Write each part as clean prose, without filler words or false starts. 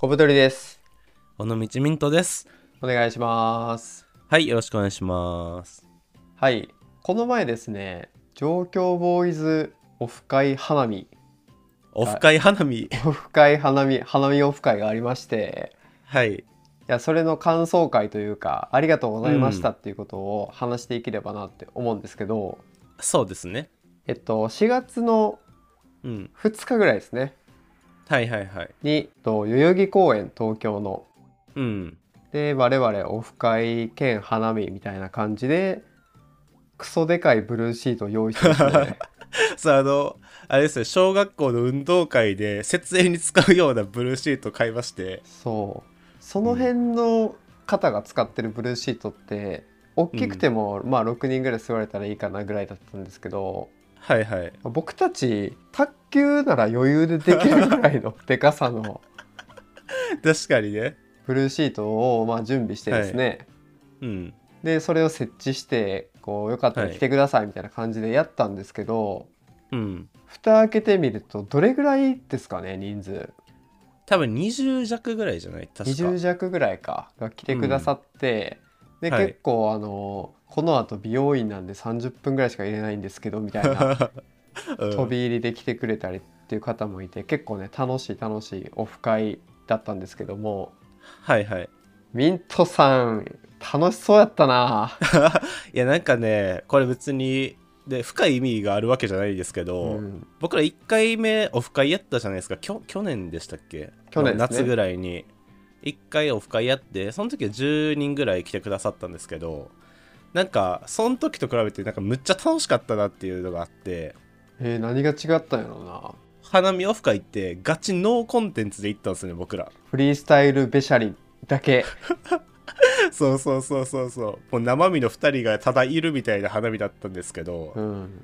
小太りです。 尾道ミントです。 お願いします。 はい、よろしくお願いします。 はい。この前ですね、上京ボーイズオフ会花見が、 オフ会花見。 オフ会花見オフ会がありまして、 はい。 それの感想会というか、ありがとうございましたうん。 っていうことを話していければなって思うんですけど、 そうですね。 4月のうん。 2日ぐらいですね、 はいはいはい。 に、代々木公園東京の、 うん。 で、我々オフ会兼花見みたいな感じで、クソでかいブルーシートを用意してですね、 さあ、あれですね、小学校の運動会で設営に使うようなブルーシートを買いまして、 そうん。 の辺の方が使ってるブルーシートって大きくうん。 てもまあ6人ぐらい座れたらいいかなぐらいだったんですけど、 はいはい。 僕たち卓球なら余裕でできるぐらいのでかさの確かにね。 ブルーシートをまあ準備してではい。 すね、 うん。 でそれを設置してこうよかったら来はい。 てくださいみたいな感じでやったんですけど、 うん。 蓋開けてみるとどれぐらいですかね、人数。 多分20弱ぐらいじゃない？確か。 20弱ぐらいかが来てくださうん。 って、ではい。 結構このあと美容院なんで30分ぐらいしか入れないんですけどみたいなうん。 飛び入りで来てくれたりっていう方もいて、結構ね楽しいオフ会だったんですけども、 はいはい。 ミントさん楽しそうやったな。 いやなんかねこれ別にで深い意味があるわけじゃないですけど、 うん、 僕ら1回目オフ会やったじゃないですか。去年でしたっけ去年ですね。 の夏ぐらいに1回オフ会やって、その時は10人ぐらい来てくださったんですけど、なんかその時と比べてなんかむっちゃ楽しかったなっていうのがあって、 何が違ったんやろうな。 花見オフ会ってガチノーコンテンツで行ったんですね僕ら。 フリースタイルべしゃりだけ。 そうそうそうそうそう、もう生身の2人がただいるみたいな花見だったんですけど、 うん。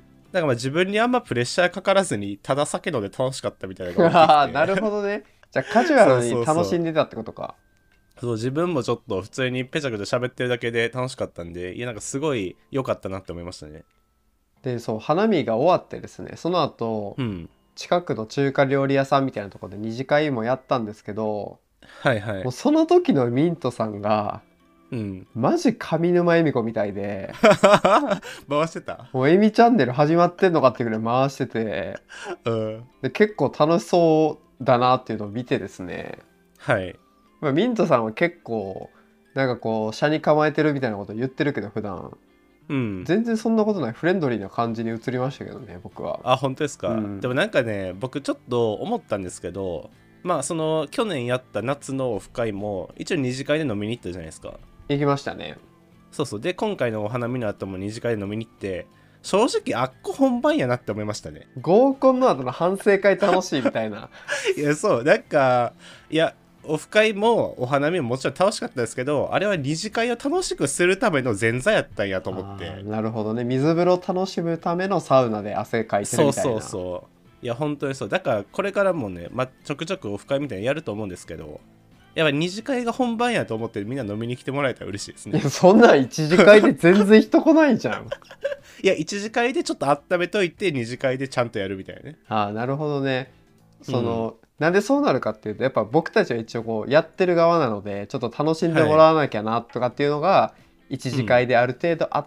なんかまあ自分にあんまプレッシャーかからずにただ酒飲んで楽しかったみたいなのが大きくなて。 るほどね。じゃあカジュアそうルにそうそう、 楽しんでたってことか。 そう自分もちょっと普通にペチャクチャ喋ってるだけで楽しかったんで、いやなんかすごい良かったなって思いましたね。 でそう花見が終わってですね、その後うん。 近くの中華料理屋さんみたいなところで二次会もやったんですけど、 はいはい。 もうその時のミントさんがうん。 マジ上沼恵美子みたいで、 回してた。 もうエミチャンネル始まってんのかっていうぐらい回してて、 うん。 で結構楽しそうだなっていうのを見てですね、 はい。 まあ、ミントさんは結構なんかこう車に構えてるみたいなこと言ってるけど、普段うん。 全然そんなことないフレンドリーな感じに映りましたけどね、僕は。 あ、本当ですか。でうん。 もなんかね、僕ちょっと思ったんですけど、まあその去年やった夏のオフ会も一応二次会で飲みに行ったじゃないですか。 行きましたね。 そうそう。で、今回のお花見の後も二次会で飲みに行って、正直あっこ本番やなって思いましたね。 合コンの後の反省会楽しいみたいな。 いや、そう、なんか、いや、オフ会もお花見ももちろん楽しかったですけど、あれは二次会を楽しくするための前座やったんやと思っああ、 て。 なるほどね。水風呂楽しむためのサウナで汗かいてるそうそうみたいな。 そう。いや、本当にそう。だからこれからもね、まあ、ちょくちょくオフ会みたいなのやると思うんですけど、やっぱり二次会が本番やと思ってみんな飲みに来てもらえたら嬉しいですね。 いや、そんなん一次会で全然人来ないじゃん。 いや、一次会でちょっと温めといて、二次会でちゃんとやるみたいなね。 ああ、なるほどね。 うん。 なんでそうなるかっていうと、やっぱ僕たちは一応こうやってる側なので、ちょっと楽しんではい。 もらわなきゃなとかっていうのが一うん。 次会である程度あって、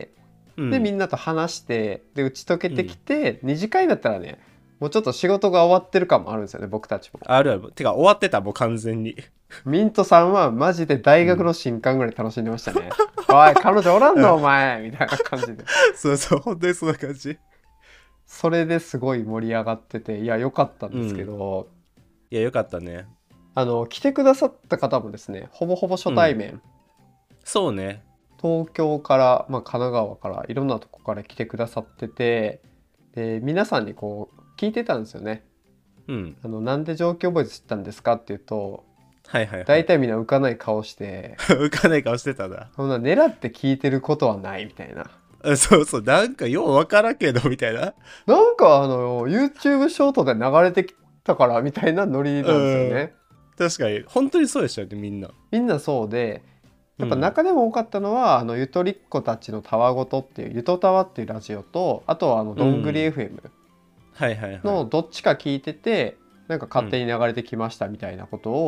でみうん。 んなと話して、で打ち解けてきうん。 て、二次会だったらね、もうちょっと仕事が終わってる感もあるんですよね、僕たちも。 あるある。てか、終わってた、もう完全に。 ミントさんはマジで大うん。 学の新刊ぐらい楽しんでましたね。おい、彼女おらんのお前みたいな感じで。 そうそう、本当にそんな感じ。 それですごい盛り上がってて、いや、良かったんですけうん。 ど、 いや、よかったね。 来てくださった方もですね、ほぼほぼ初うん。 対面。 そうね。 東京から、まあ、神奈川からいろんなとこから来てくださってて、で、皆さんにこう、聞いてたんですよね。 うん。 なんで上京ボーイズ知ったんですかっていうと、 はいはいはい。 大体みんな浮かない顔して、 浮かない顔してたな。 そんな狙って聞いてることはないみたいな。 そうそう、なんかようわからんけど、みたいな。 なんかYouTube ショートで流れてきたからみたいなノリうなんですよん。 ね。 確かに、本当にそうでしたよね、みんな。 みんなそうで、やっぱうん。 中でも多かったのはゆとりっ子たちのたわごとっていうゆとたわっていうラジオと、あとはどんぐりうん。 FM はいはいはい。 のどっちか聞いてて、なんか勝手うん。 に流れてきましたみたいなことを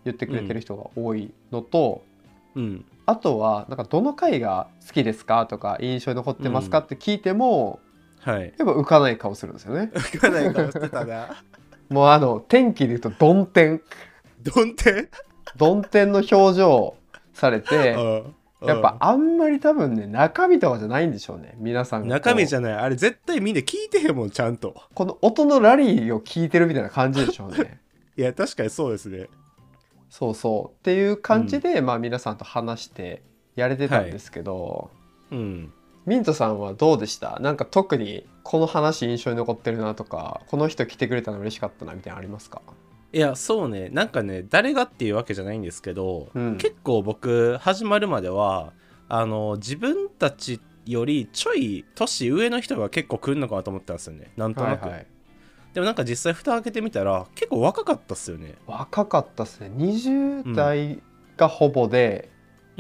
言ってくれてる人が多いのと、 うん。 あとはなんかどの回が好きですかとか印象に残ってますかって聞いても、 はい。 やっぱ浮かない顔するんですよね。 浮かない顔してたな。 もう天気で言うと曇天どんて曇天の表情されて、やっぱああんまり多分ね中身とかじゃないんでしょうね、皆さんが中身じゃない。あれ絶対みんな聞いてへんもん、ちゃんと。 この音のラリーを聞いてるみたいな感じでしょうね。 いや、確かにそうですね。 そうそうっていう感じで、まあ皆さんと話してやれてたんですけど、 うん。 ミントさんはどうでした？なんか特にこの話印象に残ってるなとか、この人来てくれたの嬉しかったなみたいなのありますか？ いや、そうね。なんかね、誰がっていうわけじゃないんですけど、 うん結構僕、始まるまでは、自分たちよりちょい年上の人が結構来るのかなと思ったんですよね。なんとなく。 はいはい、 でもなんか実際蓋開けてみたら、結構若かったっすよね。 若かったっすね。20代がほぼで、 うん。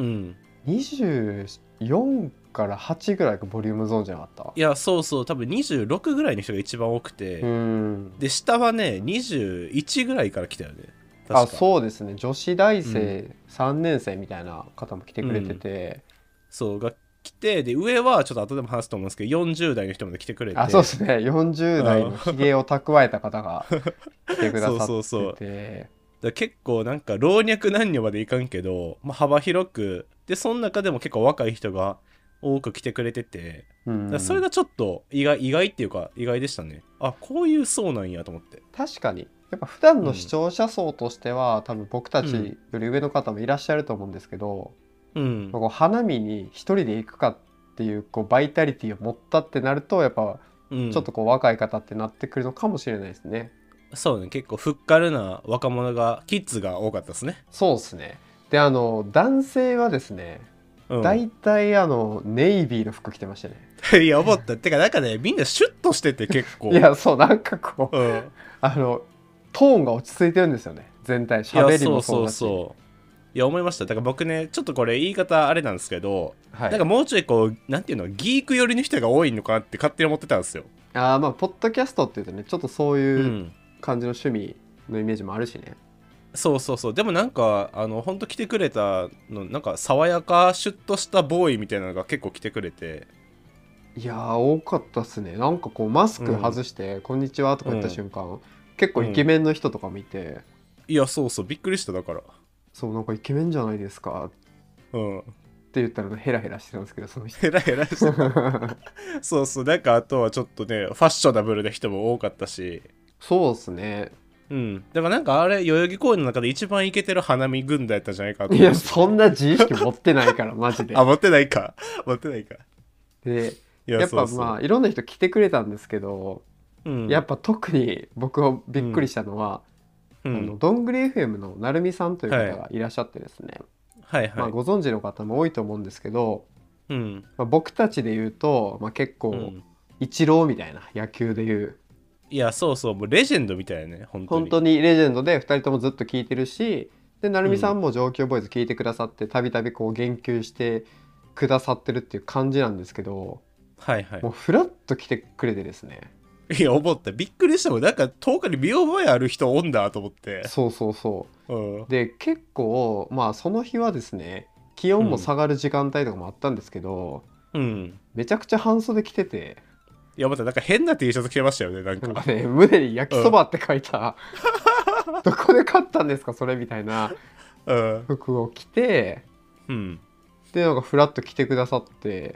24から8ぐらいがボリュームゾーンじゃなかった？ いや、そうそう、多分26ぐらいの人が一番多くて、で、下はね、21ぐらいから来たよね。確か。 あ、そうですね。女子大生3年生みたいな方も来てくれてて、 そうが来て、で上はちょっと後でも話すと思うんですけど、40代の人まで来てくれて。 あ、そうですね。40代のひげを蓄えた方が来てくださっててそうそうそうだ結構なんか老若男女までいかんけど、まあ、幅広くで、その中でも結構若い人が多く来てくれてて、だからそれがちょっと意外っていうか意外でしたね。あ、こういう層なんやと思って。 確かにやっぱ普段の視聴者層としては、多分僕たちより上の方もいらっしゃると思うんですけど、こう花見に一人で行くかっていう、こうバイタリティを持ったってなると、やっぱちょっとこう若い方ってなってくるのかもしれないですね。 そうね、結構ふっかるな若者が、キッズが多かったですね。 そうですね。で男性はですね、大体ネイビーの服着てましたね。 いや、思った。てかなんかね、みんなシュッとしてて結構。 いや、そう、なんかこう、トーンが落ち着いてるんですよね、全体。喋りもそうだし。 いや、思いました。だから僕ね、ちょっとこれ言い方あれなんですけど、なんかもうちょいこう、なんていうの、ギーク寄りの人が多いのかなって勝手に思ってたんですよ。 まあポッドキャストっていうとね、ちょっとそういう感じの趣味のイメージもあるしね。 そうでもなんかほんと来てくれたの、なんか爽やかシュッとしたボーイみたいなのが結構来てくれて。 いやー、多かったっすね。なんかこうマスク外して「こんにちは」とか言った瞬間、結構イケメンの人とかもいて、 いや、そうびっくりした。だからそう、なんかイケメンじゃないですかって言ったらヘラヘラしてたんですけど、その人ヘラヘラしてたそうなんかあとはちょっとね、ファッショナブルな人も多かったし。 そうっすね。 だからなんかあれ、代々木公園の中で一番イケてる花見軍団やったんじゃないかと。 いや、そんな自意識持ってないからマジで。 あ、持ってないかで、やっぱまあいろんな人来てくれたんですけど、やっぱ特に僕がびっくりしたのは、どんぐり FM のなるみさんという方がいらっしゃってですね、まあ、ご存知の方も多いと思うんですけど、まあ、僕たちで言うと、まあ、結構、イチローみたいな、野球でいう、 いや、そうもうレジェンドみたいなね、 本当にレジェンドで2人ともずっと聞いてるし、でなるみさんも上京ボーイズ聞いてくださってたびたびこう言及してくださってるっていう感じなんですけど、もうフラッと来てくれてですね。 いや、思った。びっくりしたもん。なんか10日に見覚えある人おんだと思って。 そう、で結構まあその日はですね、気温も下がる時間帯とかもあったんですけど、めちゃくちゃ半袖着てて、 いや、またなんか変な T シャツ着てましたよね。なんかね、胸に焼きそばって書いた、どこで買ったんですかそれみたいな服を着て、でなんかフラッと着てくださって、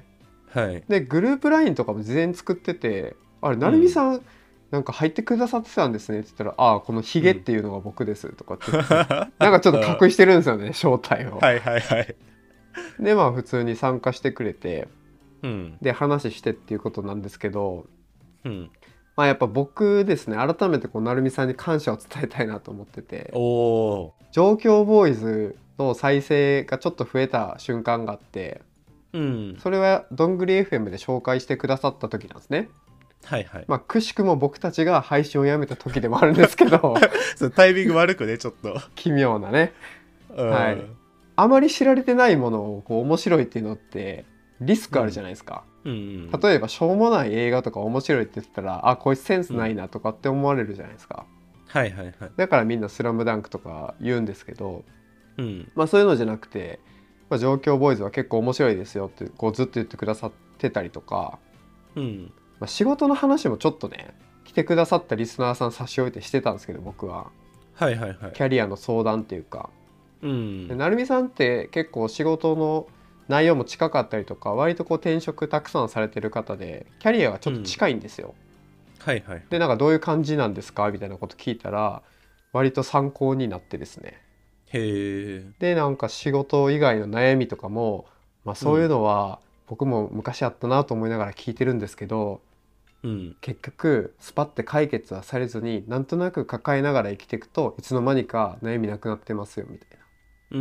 でグループ LINE とかも事前に作ってて、あれなるみさん、なんか入ってくださってたんですねって言ったら、ああこのヒゲっていうのが僕ですとかって言って、なんかちょっと隠してるんですよね、正体を。でまあ普通に参加してくれて、で話してっていうことなんですけど、まあやっぱ僕ですね、改めてこうなるみさんに感謝を伝えたいなと思ってて、上京ボーイズの再生がちょっと増えた瞬間があって、それはどんぐり FM で紹介してくださった時なんですね。まあくしくも僕たちが配信をやめた時でもあるんですけどタイミング悪くね、ちょっと奇妙なね、あまり知られてないものをこう面白いっていうのってリスクあるじゃないですか。例えばしょうもない映画とか面白いって言ってたら、あこいつセンスないなとかって思われるじゃないですか。 はいはいはい。 だからみんなスラムダンクとか言うんですけど、 うん。 まあそういうのじゃなくて、まあ、状況ボーイズは結構面白いですよってこうずっと言ってくださってたりとか、 うん。 まあ、仕事の話もちょっとね来てくださったリスナーさん差し置いてしてたんですけど、僕ははいはいはい。 キャリアの相談っていうか、 うん。 で成美さんって結構仕事の内容も近かったりとか、割とこう転職たくさんされてる方でキャリアがちょっと近いんですよ。 はいはい。 でなんかどういう感じなんですかみたいなこと聞いたら割と参考になってですね。 へえ。 でなんか仕事以外の悩みとかも、まあ、そういうのは僕も昔あったなと思いながら聞いてるんですけど、 うん。 結局スパッて解決はされずになんとなく抱えながら生きていくといつの間にか悩みなくなってますよみたいな、 うん。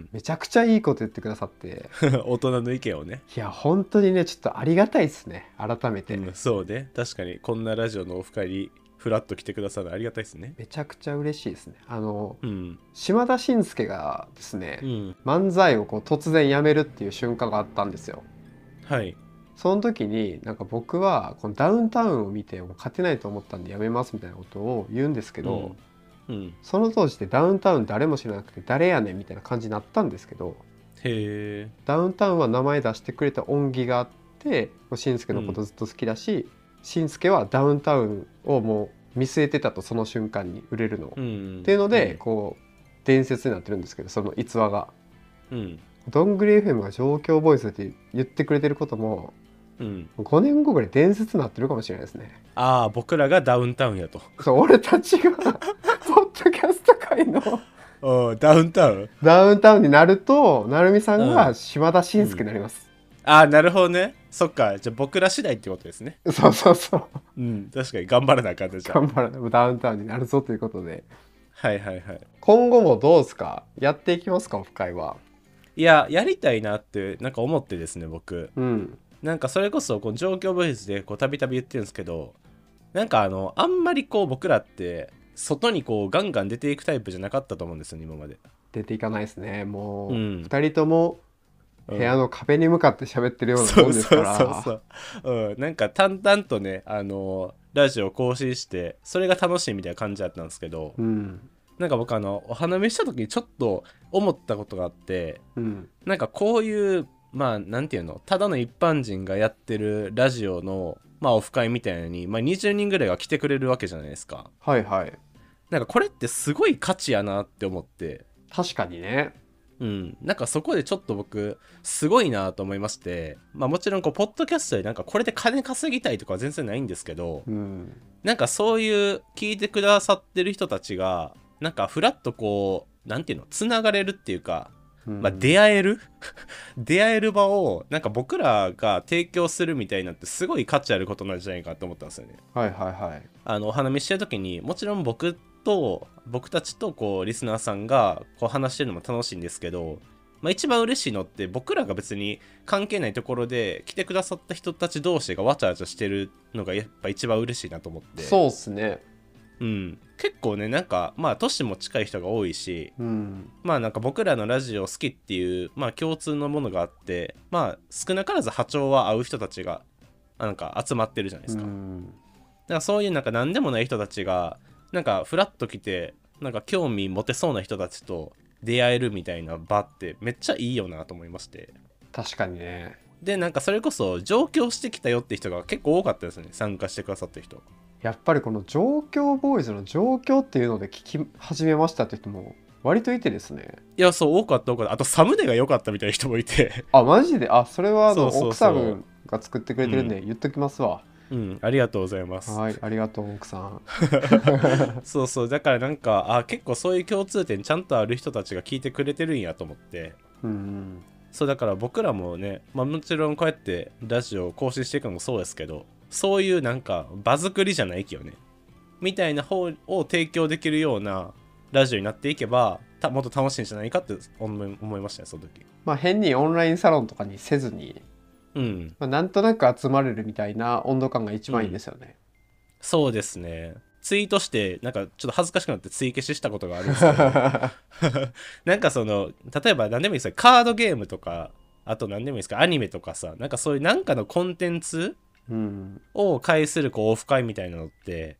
めちゃくちゃいいこと言ってくださって、 大人の意見をね。 いや本当にねちょっとありがたいですね、改めて。 うん、そうね。確かにこんなラジオのオフ会にフラッと来てくださるのありがたいですね。 めちゃくちゃ嬉しいですね。 うん。 島田紳介がですね、 うん。 漫才をこう突然やめるっていう瞬間があったんですよ。 はい。 その時になんか僕はこのダウンタウンを見てもう勝てないと思ったんでやめますみたいなことを言うんですけど、 うん。うん。 その当時ってダウンタウン誰も知らなくて誰やねんみたいな感じになったんですけど、 へえ。 ダウンタウンは名前出してくれた恩義があってしんすけのことずっと好きだし、しんすけはダウンタウンをもう見据えてたと、その瞬間に売れるのを、 うん。 っていうのでこう伝説になってるんですけど、その逸話が。 うん。 どんぐり FM が状況ボイスって言ってくれてることもうん。 5年後ぐらい伝説になってるかもしれないですね。 ああ、僕らがダウンタウンやと。 そう、俺たちがポッドキャスト界のうん、ダウンタウン。 ダウンタウンになると、なるみさんうがん。 島田紳介になります。 ああ、なるほどね。そっか。じゃあ僕ら次第ってことですね。 そうそうそう。 うん。確かに頑張らなあかんね、じゃあ。 頑張らダウンタウンになるぞということで。 はいはいはい。 今後もどうですか？やっていきますか、オフ会は。 いや、やりたいなってなんか思ってですね、僕。 うん。 なんかそれこそこの状況ボイスでこうたびたび言ってるんですけど、なんかあんまりこう僕らって外にこうガンガン出ていくタイプじゃなかったと思うんですよね、今まで。 出ていかないですね。もう、 うん。 2人とも部屋の壁に向かって喋ってるようなそうもんですかそうそうそら。 う。うん。なんか淡々とね、ラジオ更新して、それが楽しいみたいな感じだったんですけど、 うん。 なんか僕お花見した時にちょっと思ったことがあって、 うん。 なんかこういうまあなんていうの、ただの一般人がやってるラジオのまあオフ会みたいなのに、まあ、20人ぐらいが来てくれるわけじゃないですか。 はいはい。 なんかこれってすごい価値やなって思って、 確かにね。 うん、なんかそこでちょっと僕すごいなと思いまして、まあもちろんこうポッドキャストでなんかこれで金稼ぎたいとかは全然ないんですけど、 うん。 なんかそういう聞いてくださってる人たちがなんかフラッとこうなんていうの、つながれるっていうか、まあ、出会える出会える場をなんか僕らが提供するみたいなってすごい価値あることなんじゃないかと思ったんですよね。 はいはいはい。 お花見してる時にもちろん僕たちとこうリスナーさんがこう話してるのも楽しいんですけど、まあ、一番嬉しいのって僕らが別に関係ないところで来てくださった人たち同士がわちゃわちゃしてるのがやっぱ一番嬉しいなと思って。 そうっすね。 うん、結構ね、なんかまあ年も近い人が多いし、 うん。 まあなんか僕らのラジオ好きっていうまあ共通のものがあって、まあ少なからず波長は合う人たちがなんか集まってるじゃないですか。だからそういうなんか何でもない人たちがなんかフラッと来てなんか興味持てそうな人たちと出会えるみたいな場ってめっちゃいいよなと思いまして。 確かにね。 でなんかそれこそ上京してきたよって人が結構多かったですね、参加してくださった人。 やっぱりこの状況ボーイズの状況っていうので聞き始めましたって人も割といてですね。 いや、そう多かった多かった。あとサムネが良かったみたいな人もいてあ、マジで。あ、それはそうそうそう、 奥さんが作ってくれてるんで言っときますわ。 うん、ありがとうございます。 はい、ありがとう奥さん。 そうそう、だからなんか結構そういう共通点ちゃんとある人たちが聞いてくれてるんやと思って、 うん、 そうだから僕らもね、まあ、もちろんこうやってラジオを更新していくのもそうですけど、そういうなんか場作りじゃないけどねみたいな方を提供できるようなラジオになっていけばもっと楽しいんじゃないかって思いましたね、その時。 まあ変にオンラインサロンとかにせずに、 うん、 まあ、なんとなく集まれるみたいな温度感が一番いいですよね。 うん、そうですね。ツイートしてなんかちょっと恥ずかしくなって追消ししたことがあるんですけどなんかその例えば何でもいいですよ、カードゲームとか、あと何でもいいですか、アニメとかさ、なんかそういうなんかのコンテンツを介するこうオフ会みたいなのって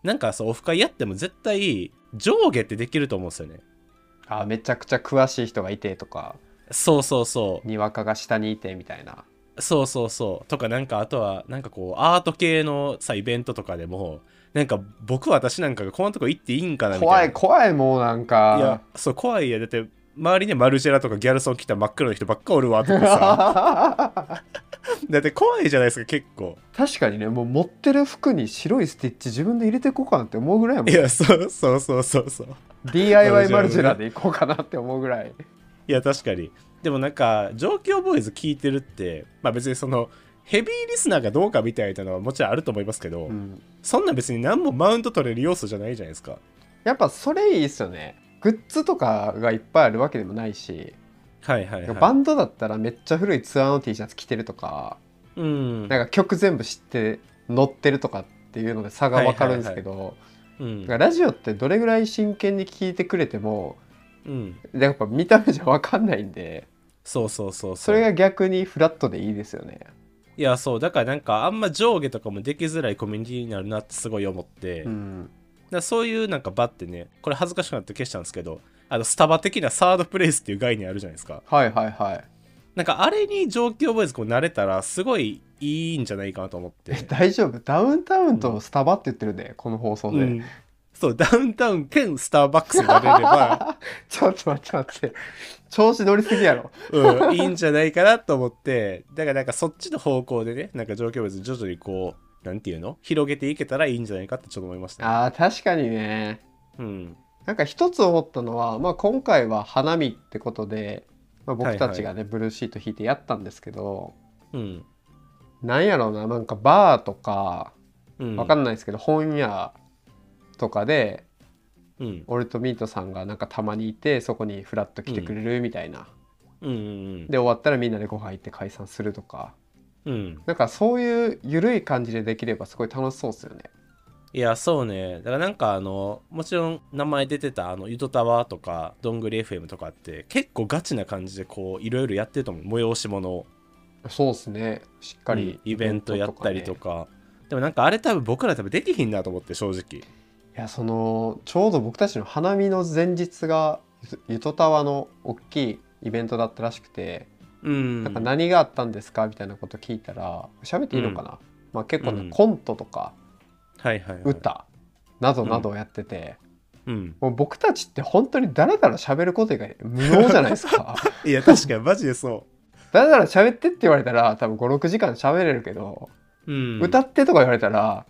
なんかそうオフ会やっても絶対上下ってできると思うんですよね。 あ、めちゃくちゃ詳しい人がいてとか、 そうそうそう。 にわかが下にいてみたいな。 そうそうそうとか、なんかあとはなんかこうアート系のさイベントとかでもなんか私なんかがこんなとこ行っていいんかなみたいな。 怖い怖い、もうなんか。 いやそう怖いや。だって周りにマルジェラとかギャルソン来た真っ黒な人ばっかおるわとかさだって怖いじゃないですか結構。 確かにね、もう持ってる服に白いステッチ自分で入れていこうかなって思うぐらいもん。 いやそうそうそうそうそう DIY マルジェラでいこうかなって思うぐらい。 いや確かに。でもなんか上京ボーイズ聞いてるって、まあ別にそのヘビーリスナーがどうかみたいなのはもちろんあると思いますけど、そんな別に何もマウント取れる要素じゃないじゃないですか。 やっぱそれいいっすよね。グッズとかがいっぱいあるわけでもないし、 はいはいはい、 バンドだったらめっちゃ古いツアーの T シャツ着てるとか、なんか曲全部知って乗ってるとかっていうので差が分かるんですけど、ラジオってどれぐらい真剣に聞いてくれても、やっぱ見た目じゃ分かんないんで、 そうそうそう、 それが逆にフラットでいいですよね。 いやそうだからなんかあんま上下とかもできづらいコミュニティになるなってすごい思って、だそういうなんか場ってね、これ恥ずかしくなって消したんですけど、スタバ的なサードプレイスっていう概念あるじゃないですか。 はいはいはい。 なんかあれに上京ボーイズこう慣れたらすごいいいんじゃないかなと思って。 大丈夫、ダウンタウンとスタバって言ってるね、この放送で。 そうダウンタウン兼スターバックスになれればちょっと待って調子乗りすぎやろ。 いいんじゃないかなと思って、だからなんかそっちの方向でね、なんか上京ボーイズ徐々にこうなんていうの広げていけたらいいんじゃないかってちょっと思いました、ね。 あー確かにね。なんか一つ思ったのは、まあ、今回は花見ってことで、まあ、僕たちがね、ブルーシート引いてやったんですけど、なんやろうな、なんかバーとか、わかんないですけど本屋とかで、俺とミートさんがなんかたまにいて、そこにフラッと来てくれるみたいな、で終わったらみんなでご飯行って解散するとか、なんかそういう緩い感じでできればすごい楽しそうですよね。 いやそうね、だからなんかもちろん名前出てたゆとたわとかどんぐり FM とかって結構ガチな感じでこういろいろやってると思う、催し物を。 そうですね、しっかり、 イベントやったりとか。でもなんかあれ多分僕らできひんなと思って正直。 いやちょうど僕たちの花見の前日がゆとたわの大きいイベントだったらしくて、なんか何があったんですかみたいなこと聞いたら、喋っていいのかな、まあ、結構ね、コントとか、歌などなどをやってて、もう僕たちって本当にダラダラ喋ること以外無能じゃないですか。 いや確かにマジでそう。 ダラダラ喋ってって言われたら多分5、6時間喋れるけど、歌ってとか言われたら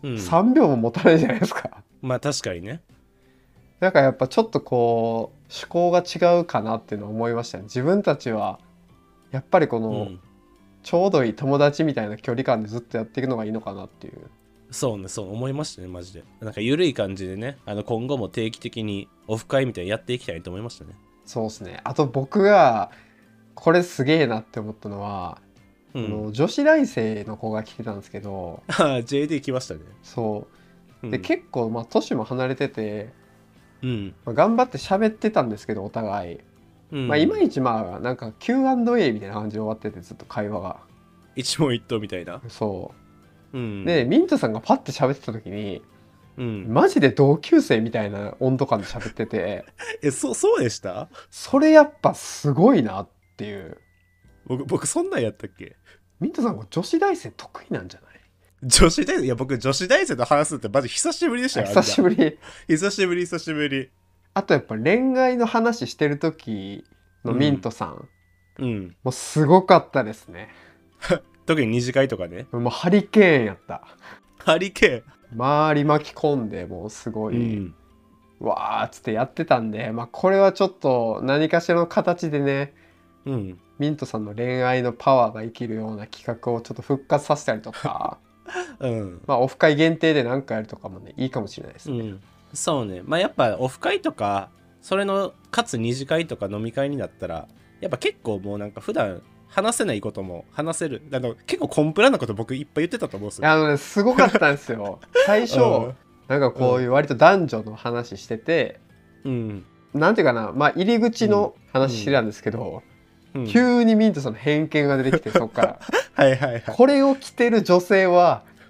3秒も持たないじゃないですか。 まあ確かにね。 なんかやっぱちょっとこう趣向が違うかなっていうのを思いましたね。自分たちはやっぱりこの、ちょうどいい友達みたいな距離感でずっとやっていくのがいいのかなっていう。 そうね、そう思いましたねマジで。なんか緩い感じでね、今後も定期的にオフ会みたいにやっていきたいと思いましたね。 そうですね。あと僕がこれすげえなって思ったのは、女子大生の子が来てたんですけど、 JD 来ましたね。 そうで、結構まあ年も離れてて、頑張って喋ってたんですけどお互い、まあいまいちまあなんか Q&A みたいな感じで終わってて、ずっと会話が一問一答みたいな。 でミントさんがパッて喋ってた時に、マジで同級生みたいな温度感で喋っててそうでした？ それやっぱすごいなっていう。 僕そんなんやったっけ？ ミントさん女子大生得意なんじゃない？ 女子大生、いや僕女子大生と話すってマジ久しぶりでしたよ。 久しぶり。 久しぶり。 あとやっぱ恋愛の話してる時のミントさん、もうすごかったですね。 特に二次会とかね。 もうハリケーンやった。 ハリケーン周り巻き込んで、もうすごい、わーっつってやってたんで、まあこれはちょっと何かしらの形でね、ミントさんの恋愛のパワーが生きるような企画をちょっと復活させたりとか、まあオフ会限定で何かやるとかもね、いいかもしれないですね。 そうね、まあやっぱオフ会とかそれのかつ二次会とか飲み会になったらやっぱ結構もうなんか普段話せないことも話せる。結構コンプラなこと僕いっぱい言ってたと思うんですよ。 ね、すごかったんですよ。最初、なんかこういう割と男女の話してて、なんていうかな、まあ入り口の話してたんですけど、急にミントさんの偏見が出てきて、そっからこれを着てる女性は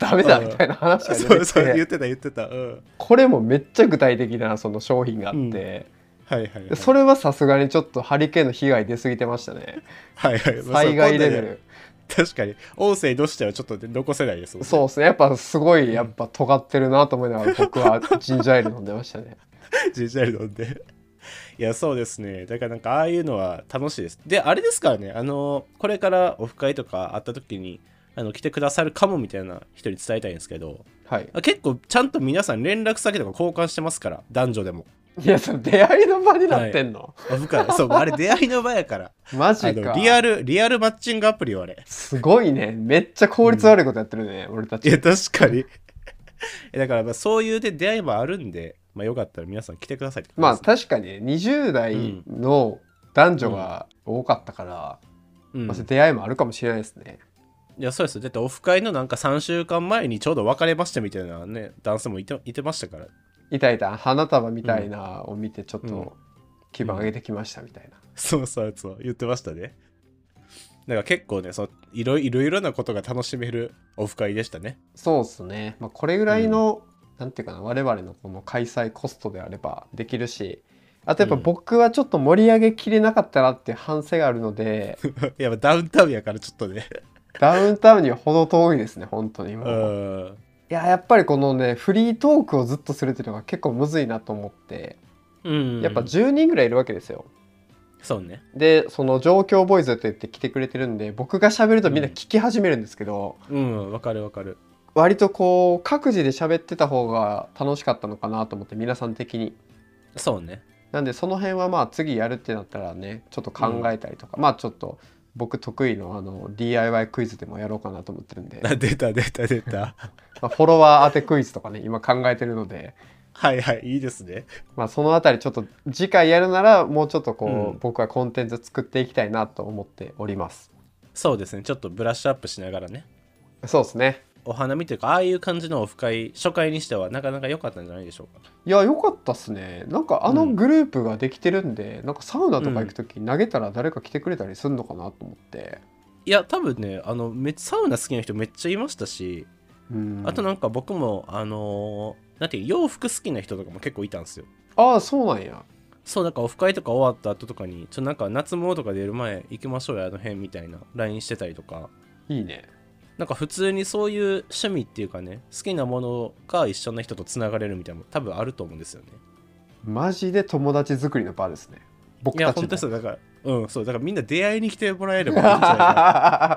ダメだみたいな話が出てそうそう言ってた、 これもめっちゃ具体的なその商品があって、 はいはいはい、 それはさすがにちょっとハリケーンの被害出過ぎてましたね。 はいはい、 災害レベル。 確かに音声としてはちょっと残せないですもんね。 そうですね、やっぱすごいやっぱ尖ってるなと思いながら僕はジンジャーエール飲んでましたね。 ジンジャーエール飲んでいやそうですね、だからなんかああいうのは楽しいです。であれですからね、これからオフ会とかあった時に来てくださるかもみたいな人に伝えたいんですけど、 はい、 結構ちゃんと皆さん連絡先とか交換してますから、男女でも。 いや、その出会いの場になってんの、 はい、オフ会そうあれ出会いの場やからマジか。 リアルマッチングアプリよあれ。 すごいね、めっちゃ効率悪いことやってるね、俺たち。 いや確かにだからまあそういう出会いもあるんで、まあ、よかったら皆さん来てくださいって。 まあ確かに20代の男女が多かったから、まあ、出会いもあるかもしれないですね。 いやそうです。だってオフ会のなんか3週間前にちょうど別れましたみたいなね男性もいてましたから。 いた花束みたいなを見てちょっと気分上げてきましたみたいな、 そう言ってましたね。だから結構ねいろいろなことが楽しめるオフ会でしたね。 そうっすね、まあ、これぐらいの、なんていうかな、我々のこの開催コストであればできるし、あとやっぱ僕はちょっと盛り上げきれなかったなっていう反省があるのでいやダウンタウンやからちょっとねダウンタウンには程遠いですね本当に。もうやっぱりこのねフリートークをずっとするっていうのが結構むずいなと思って、やっぱ10人ぐらいいるわけですよ。 そうね。 でその状況ボイスって言って来てくれてるんで、僕が喋るとみんな聞き始めるんですけど、 わかる割とこう各自で喋ってた方が楽しかったのかなと思って、皆さん的に。 そうね。 なんでその辺はまあ次やるってなったらねちょっと考えたりとか、まあちょっと僕得意のDIY クイズでもやろうかなと思ってるんで出たまあフォロワー当てクイズとかね今考えてるので、 はいいいですね。 まあそのあたりちょっと次回やるならもうちょっとこう、僕はコンテンツ作っていきたいなと思っております。 そうですね、ちょっとブラッシュアップしながらね。 そうですね。 お花見というかああいう感じのオフ会初回にしてはなかなか良かったんじゃないでしょうか。 いや良かったっすね。なんかグループができてるんで、なんかサウナとか行く時投げたら誰か来てくれたりするのかなと思って。 いや多分ねサウナ好きな人めっちゃいましたし、あとなんか僕もなんていう洋服好きな人とかも結構いたんですよ。 ああそうなんや。 そうなんかオフ会とか終わった後とかになんか夏物とか出る前行きましょうよあの辺みたいな LINE してたりとか。 いいね。 なんか普通にそういう趣味っていうかね好きなものが一緒な人とつながれるみたいなのも多分あると思うんですよね。 マジで友達作りの場ですね僕たち。 いや本当ですよ。だからそうだからみんな出会いに来てもらえればいいんじゃ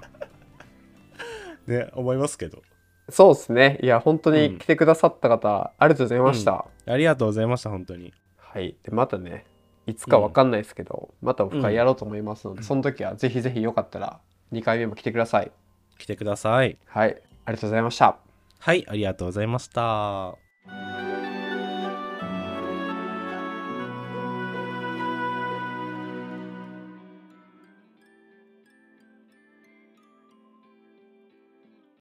ないかね思いますけど。 そうですね。いや本当に来てくださった方、ありがとうございました、 ありがとうございました本当に。 はい。でまたねいつかわかんないですけど、またオフ会やろうと思いますので、その時はぜひぜひよかったら2回目も来てください。 来てください。 はい、ありがとうございました。 はい、ありがとうございました。